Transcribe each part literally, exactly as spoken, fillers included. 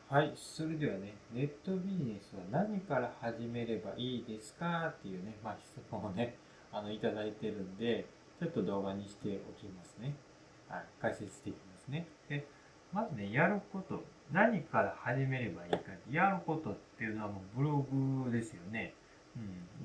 はい、それではね、ネットビジネスは何から始めればいいですかっていうね、まあ、質問をね、あの、いただいてるんで、ちょっと動画にしておきますね。はい、解説していきますね。で、まずね、やること、何から始めればいいか、やることっていうのはもうブログですよね。うん、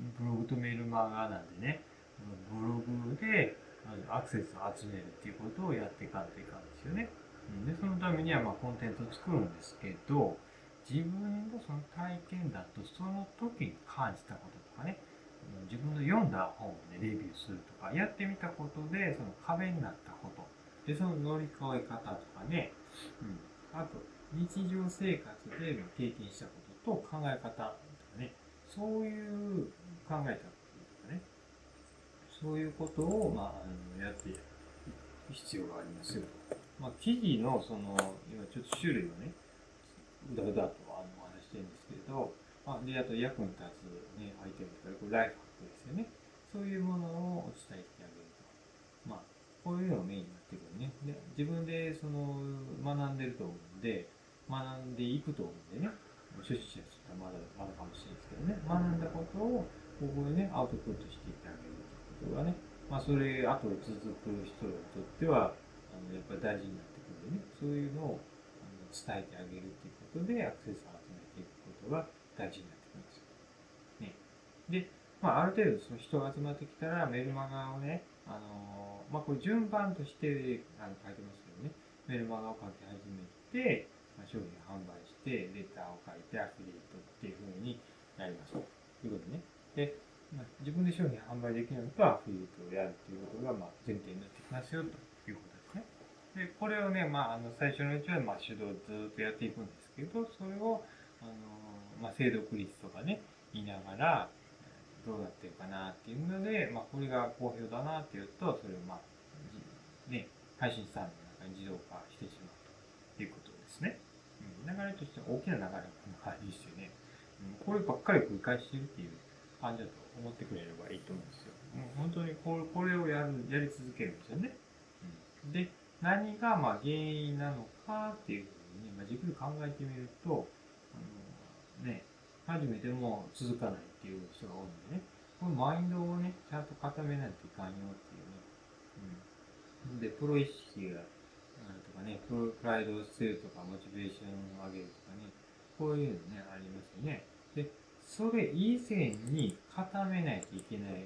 ブログとメールマガなんでね、ブログでアクセスを集めるっていうことをやっていかんといかんですよね。で、そのためにはまあコンテンツを作るんですけど、自分のその体験だと、その時に感じたこととかね、自分の読んだ本をね、レビューするとか、やってみたことで、その壁になったこと、で、その乗り越え方とかね、うん、あと、日常生活で経験したことと考え方とかね、そういう考え方というかね、そういうことを、まあ、あのやっていく必要がありますよと。まあ、記事の、その、今ちょっと種類をね、うだうだとあのお話してるんですけれど、まあ、で、あと役に立つ、ね、アイテムとか、これライフハックですよね。そういうものをお伝えしてあげると。まあ、こういうのがメインになってくるね。で、自分でその学んでると思うんで、学んでいくと思うんでね、初心者はまだまだかもしれないですけどね、学んだことをここでね、アウトプットしていってあげるということがね、まあ、それ、後で続く人にとっては、あのやっぱり大事になってくるんでね、そういうのを伝えてあげるということで、アクセスを集めていくことが大事になってくるんですよ。ね。で、まあ、ある程度その人が集まってきたら、メルマガをね、あのーまあ、これ順番としてあの書いてますけどね、メルマガを書き始めて、まあ、商品販売して、レターを書いて、アフィリエイトっていう風になりますということでね。で、まあ、自分で商品販売できないのとアフィリエイトをやるということが、まあ、前提になってきますよということですね。で、これをね、まあ、あの、最初のうちは、まあ、手動ずっとやっていくんですけど、それを、あの、まあ、精読率とかね、見ながら、どうなってるかなっていうので、まあ、これが好評だなっていうと、それをまあ、ね、配信サービスの中に自動化してしまうということですね。うん、流れとしては大きな流れこんな感じですよね。うん、こればっかり繰り返してるっていう感じだと思ってくれればいいと思うんですよ。もう本当にこれこれをやる、やり続けるんですよね。うん、で、何がまあ原因なのかっていうふうに、ね、まあ、じっくり考えてみると、あのね、初めても続かないっていう人が多いんでね、このマインドをね、ちゃんと固めないといかんよっていうね。うん。で、プロ意識が、とかね、プライドを捨てるとか、モチベーションを上げるとかね、こういうのね、ありますよね。で、それ以前に固めないといけない、あの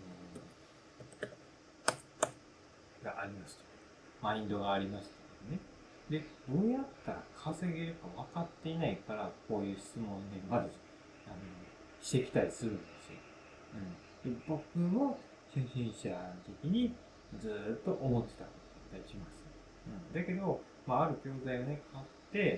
ーがありますと。マインドがありますとね。で、どうやったら稼げるか分かっていないから、こういう質問をね、まず、あの、してきたりするんですよ。うん。で、僕も初心者の時にずーっと思ってたことだったりします。うん。だけど、まあ、ある教材をね、買って、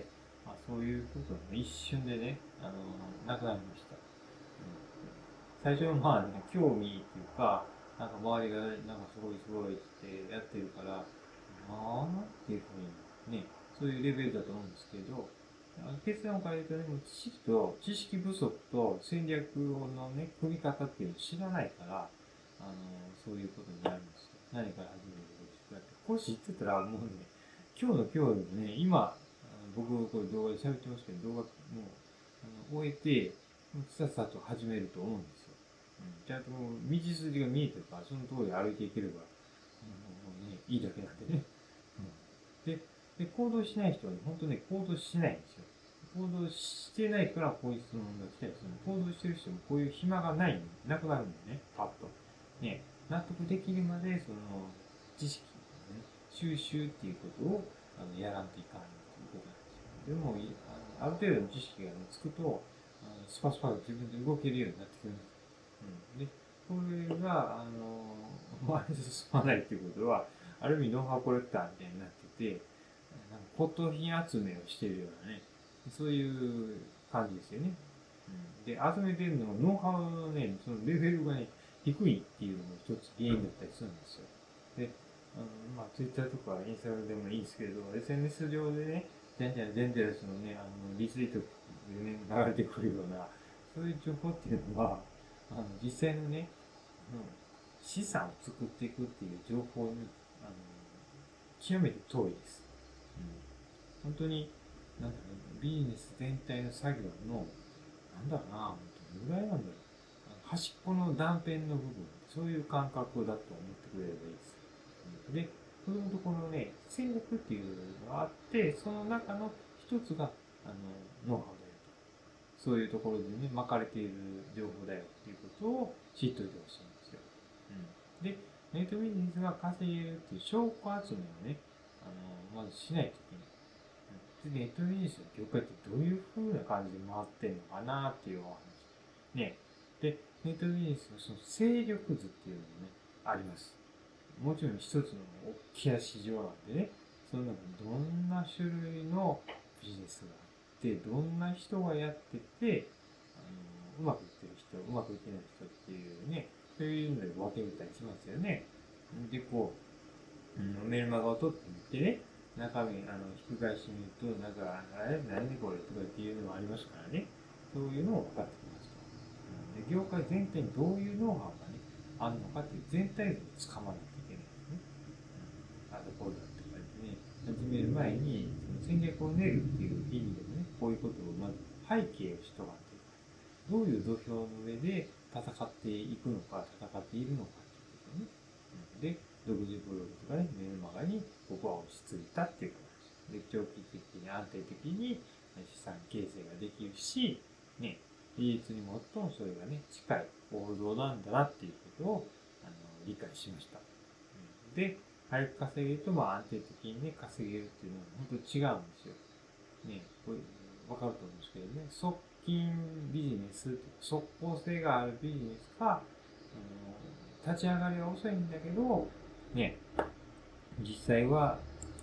まあ、そういうことが一瞬でね、あの、なくなりました。うん。最初はまあね、興味っていうか、なんか周りがなんかすごいすごいってやってるから、あーっていうふうにね、そういうレベルだと思うんですけど、結論を変えるとね、もう知識と、知識不足と戦略のね、組み方っていうのを知らないから、あの、そういうことになるんですよ。何から始めるべきかって。これ知ってたらもうね、今日の今日でもね、今、僕これ動画で喋ってますけど、動画もう、あの終えて、さっさと始めると思うんですよ。うん、ちゃんともう道筋が見えてるから、その通り歩いていければ、あのね、いいだけなんでね。うん、でで、行動しない人はね、本当ね、行動しないんですよ。行動してないからこういう質問が来たりする。行動してる人もこういう暇がない、なくなるんだよね、パッと。ね、納得できるまで、その、知識のね、収集っていうことを、あの、やらんといかんということなんですよ。でも、あのある程度の知識が、ね、つくと、あのスパスパと自分で動けるようになってくるんです。うん。で、これが、あの、前に進まないっていうことは、ある意味ノウハウコレクターみたいになってて、なんか骨董品集めをしているようなね、そういう感じですよね。うん、で、集めてるのもノウハウのね、そのレベルがね、低いっていうのも一つ原因だったりするんですよ。で、あの、まあ、Twitter とかインスタグラムでもいいんですけど、エスエヌエス 上でね、全然、全然そのね、あの、リツイートでね、流れてくるような、そういう情報っていうのは、あの、実際のね、うん、資産を作っていくっていう情報に、あの、極めて遠いです。うん、本当に、 なんかね、ビジネス全体の作業の、なんだろうな、どのぐらいなんだろう。端っこの断片の部分、そういう感覚だと思ってくれればいいです。で、そのところね、戦略っていうのがあって、その中の一つが、あの、ノウハウだよと。そういうところでね、巻かれている情報だよっていうことを知っといてほしいんですよ。うん。で、ネットビジネスが稼げるっていう証拠集めをね、あの、まずしないといけない。で、ネットビジネスの業界ってどういう風な感じで回ってんのかなっていうお話。ね。で、ネットビジネスのその勢力図っていうのもね、あります。もちろん一つの大きな市場なんでね、その中にどんな種類のビジネスがあって、どんな人がやってて、あの、うまくいってる人、うまくいってない人っていうね、そういうので分けたりしますよね。で、こう、うん、メルマガを取ってみてね、中身、あの、引き返してみると、なんか、あれ何でこれとかっていうのもありますからね。そういうのを分かってきますと。うん、で、業界全体にどういうノウハウがね、あるのかっていう全体像をつかまないといけないですね。うん、あとこうだって書いてね、始める前に、その戦略を練るっていう意味でもね、こういうことをまず背景をしとかっていうか、どういう土俵の上で戦っていくのか、戦っているのかっていうことね。うん、で、独自ブログとかね、メルマガに僕は落ち着いたっていうことです。で、長期的に安定的に資産形成ができるし、ね、技術に最もそれがね、近い王道なんだなっていうことをあの理解しました。うん、で、早く稼げるとまあ安定的にね、稼げるっていうのは本当に違うんですよ。ね、これ、わかると思うんですけどね、側近ビジネス、即効性があるビジネスか、あの立ち上がりは遅いんだけど、ね、実際は、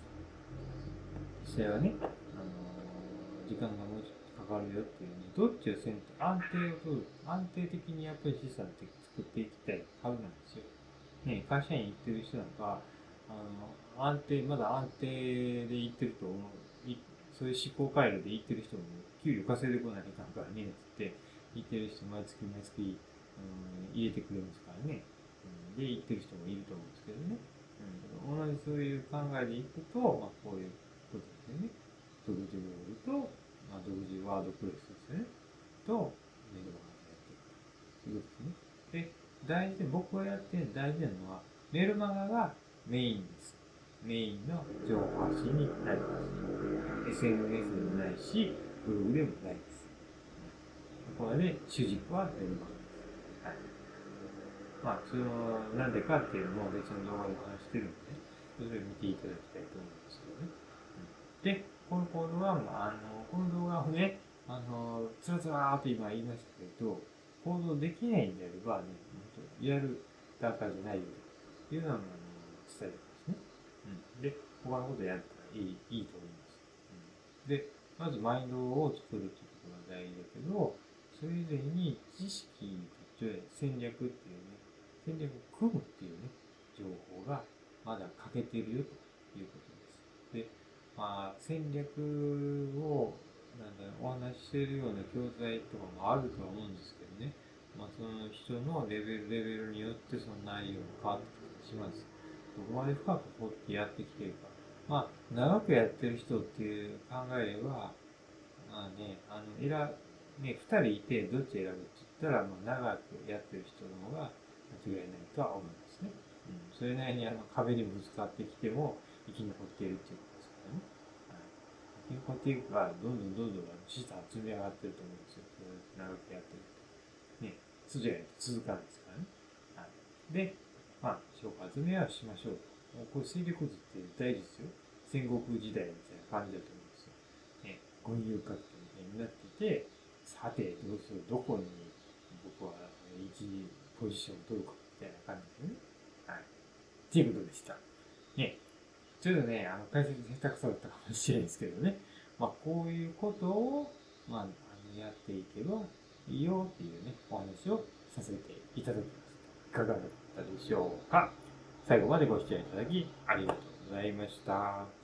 実際はね、あの時間がもうちょっとかかるよっていうね、どっちを選択、安定を取る、安定的にやっぱり資産って作っていきたいはずなんですよ。ね、会社員行ってる人なんか、あの、安定、まだ安定で行ってると思う、そういう思考回路で行ってる人も、給料稼いでこないかんからね、つって、行ってる人毎月毎月、うん、入れてくれますからね。うん、で、行ってる人もいると思うんですけどね。うん、同じそういう考えでいくと、まあ、こういうことですよね。独自ブログと、まあ、独自ワードプレスですよね。と、メルマガでやっていくということですね。で、大事で、僕がやってる大事なのは、メルマガがメインです。メインの情報発信になります。エスエヌエス でもないし、ブログでもないです。これで主軸はメルマガです。はい。まあ、その、なんでかっていうのも別の動画でお話してるんで、ね、それを見ていただきたいと思うんですけどね。うん、で、このコードは、まあ、あの、この動画をね、あの、つらつらーっと今言いましたけど、行動できないんであればね、やる段階じゃないよというのは、あの、伝えてますね。うん。で、他のことやったらいい、いいと思います。うん。で、まずマインドを作るっていうことが大事だけど、それ以前に知識と戦略っていうね、戦略を組むっていうね、情報がまだ欠けているよということです。で、まあ、戦略を、なんだろう、お話ししているような教材とかもあるとは思うんですけどね、まあ、その人のレベル、レベルによってその内容が変わってきたりします。どこまで深く掘ってやってきてるか。まあ、長くやってる人っていう考えれば、まあね、あの、選、ね、二人いてどっち選ぶって言ったら、まあ、長くやってる人の方が間違いないとは思いますね。うん。それなりにあの壁にぶつかってきても生き残っているっていうことですからね。はい。生き残っていくから、どんどんどんどん資産積み上がってると思うんですよ。長くやってると。ね、筋が続かないですからね。はい。で、まあ、消化集めはしましょうと。もうこれ勢力図って大事ですよ。戦国時代みたいな感じだと思うんですよ。ね、群雄割拠みたいになってて、さて、どうする、どこに僕は一ポジションを取るかみたいな感じですね。はい。っていうことでした。ね。ちょっとね、あの、解説下手くそだったかもしれないですけどね。まあ、こういうことを、まあ、あのやっていけばいいよっていうね、お話をさせていただきます。いかがだったでしょうか。最後までご視聴いただきありがとうございました。